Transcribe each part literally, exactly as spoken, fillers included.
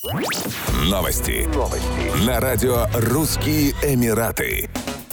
Новости. Новости. На радио «Русские Эмираты».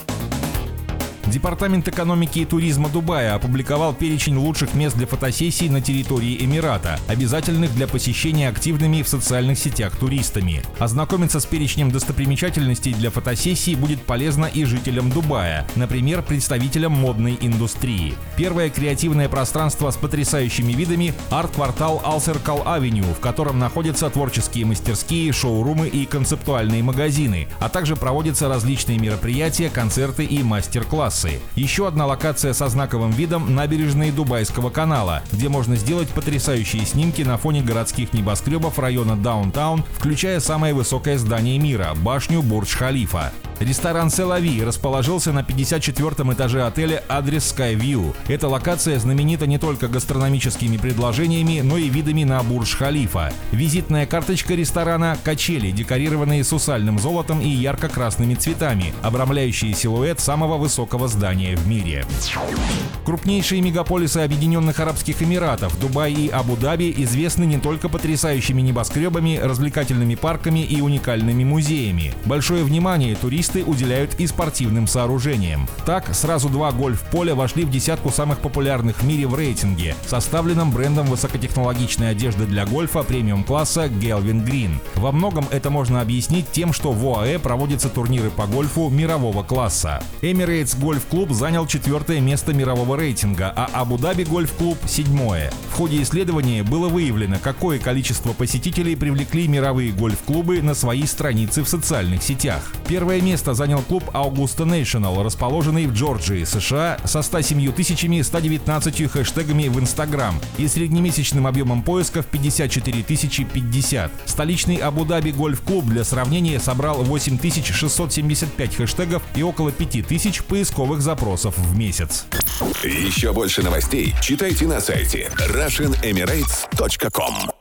Департамент экономики и туризма Дубая опубликовал перечень лучших мест для фотосессий на территории Эмирата, обязательных для посещения активными в социальных сетях туристами. Ознакомиться с перечнем достопримечательностей для фотосессий будет полезно и жителям Дубая, например, представителям модной индустрии. Первое креативное пространство с потрясающими видами – арт-квартал Al-Circle Avenue, в котором находятся творческие мастерские, шоурумы и концептуальные магазины, а также проводятся различные мероприятия, концерты и мастер-классы. Еще одна локация со знаковым видом – набережные Дубайского канала, где можно сделать потрясающие снимки на фоне городских небоскребов района Даунтаун, включая самое высокое здание мира – башню Бурдж-Халифа. Ресторан «Селави» расположился на пятьдесят четвёртом этаже отеля «Адрес Skyview». Эта локация знаменита не только гастрономическими предложениями, но и видами на Бурдж-Халифа. Визитная карточка ресторана – качели, декорированные сусальным золотом и ярко-красными цветами, обрамляющие силуэт самого высокого здания в мире. Крупнейшие мегаполисы Объединенных Арабских Эмиратов, Дубай и Абу-Даби, известны не только потрясающими небоскребами, развлекательными парками и уникальными музеями. Большое внимание туристы уделяют и спортивным сооружениям. Так, сразу два гольф-поля вошли в десятку самых популярных в мире в рейтинге, составленном брендом высокотехнологичной одежды для гольфа премиум-класса Gelvin Green. Во многом это можно объяснить тем, что в ОАЭ проводятся турниры по гольфу мирового класса. Emirates гольф-клуб занял четвертое место мирового рейтинга, а Абу-Даби гольф-клуб – седьмое. В ходе исследования было выявлено, какое количество посетителей привлекли мировые гольф-клубы на свои страницы в социальных сетях. Первое место занял клуб Augusta National, расположенный в Джорджии, США, со ста семью тысячами ста девятнадцатью хэштегами в Instagram и среднемесячным объемом поисков пятьдесят четыре тысячи пятьдесят. Столичный Абу-Даби гольф-клуб для сравнения собрал восемь тысяч шестьсот семьдесят пять хэштегов и около пяти тысяч поисковых запросов в месяц. Еще больше новостей читайте на сайте Russian Emirates точка ком.